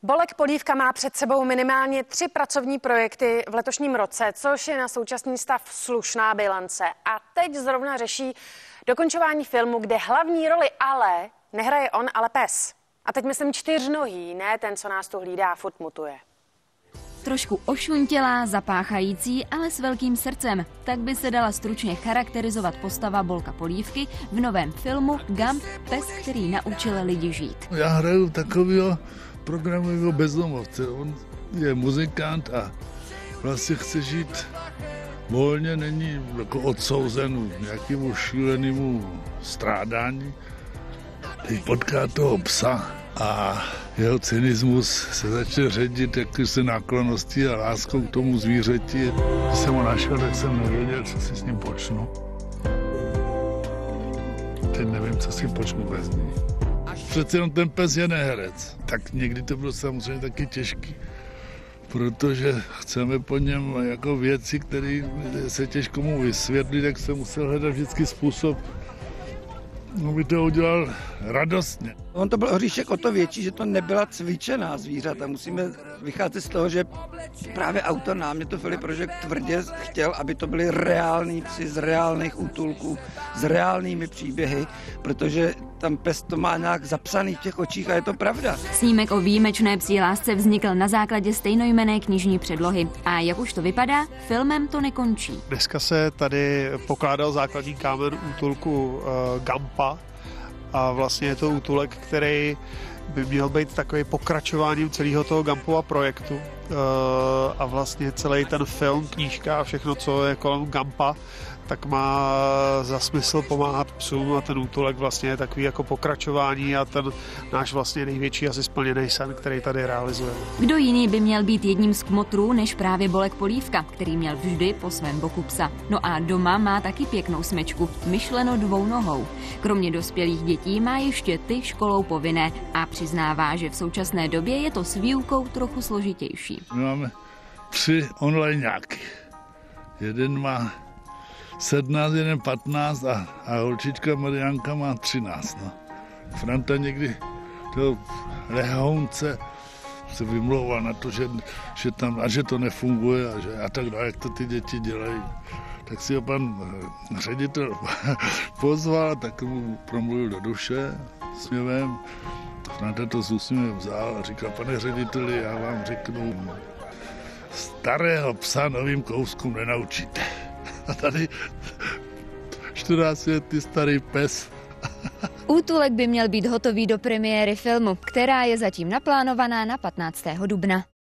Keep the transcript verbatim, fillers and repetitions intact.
Bolek Polívka má před sebou minimálně tři pracovní projekty v letošním roce, což je na současný stav slušná bilance. A teď zrovna řeší dokončování filmu, kde hlavní roli ale nehraje on, ale pes. A teď myslím čtyřnohý, ne ten, co nás tu hlídá, furt mutuje. Trošku ošuntělá, zapáchající, ale s velkým srdcem. Tak by se dala stručně charakterizovat postava Bolka Polívky v novém filmu Gump, pes, který naučil lidi žít. Já hraju takového programového bezdomovce. On je muzikant a vlastně chce žít volně, není jako odsouzen nějakému šílenému strádání. Teď potká toho psa a jeho cynismus se začne ředit jakýsi náklonností a láskou k tomu zvířeti. Když jsem ho našel, tak jsem nevěděl, co si s ním počnu. Teď nevím, co si počnu bez ní. Přece jenom ten pes je neherec. Tak někdy to bylo samozřejmě taky těžký, protože chceme po něm jako věci, které se těžko mu vysvětlí, tak jsem musel hledat vždycky způsob, aby to udělal radostně. On to byl oříšek o to větší, že to nebyla cvičená zvířata. Musíme vycházet z toho, že právě autor námě to Filip Rožek tvrdě chtěl, aby to byly reální psi z reálných útulků, s reálnými příběhy, protože tam pes to má nějak zapsaný v těch očích a je to pravda. Snímek o výjimečné psí lásce vznikl na základě stejnojmenné knižní předlohy. A jak už to vypadá, filmem to nekončí. Dneska se tady pokládal základní kámen útulku uh, Gumpa a vlastně je to útulek, který by měl být takový pokračováním celého toho Gumpova projektu uh, a vlastně celý ten film, knížka a všechno, co je kolem Gumpa, tak má za smysl pomáhat psům a ten útulek vlastně je takový jako pokračování a ten náš vlastně největší asi splněný sen, který tady realizujeme. Kdo jiný by měl být jedním z kmotrů než právě Bolek Polívka, který měl vždy po svém boku psa. No a doma má taky pěknou smečku, myšleno dvou nohou. Kromě dospělých dětí má ještě ty školou povinné a přiznává, že v současné době je to s výukou trochu složitější. My máme tři onlineáky. Jeden má sedmnáct, jeden patnáct a, a holčička Marianka má třináct. No. Franta někdy to lehounce se vymlouvá na to, že, že tam, a že to nefunguje a, že, a tak dále, jak to ty děti dělají. Tak si ho pan ředitel pozval, tak mu promluvil do duše směvem. Franta to s úsměvem vzal a říkal, pane řediteli, já vám řeknu, starého psa novým kouskům nenaučíte. A tady čtrnáctiletý starý pes. Útulek by měl být hotový do premiéry filmu, která je zatím naplánovaná na patnáctého dubna.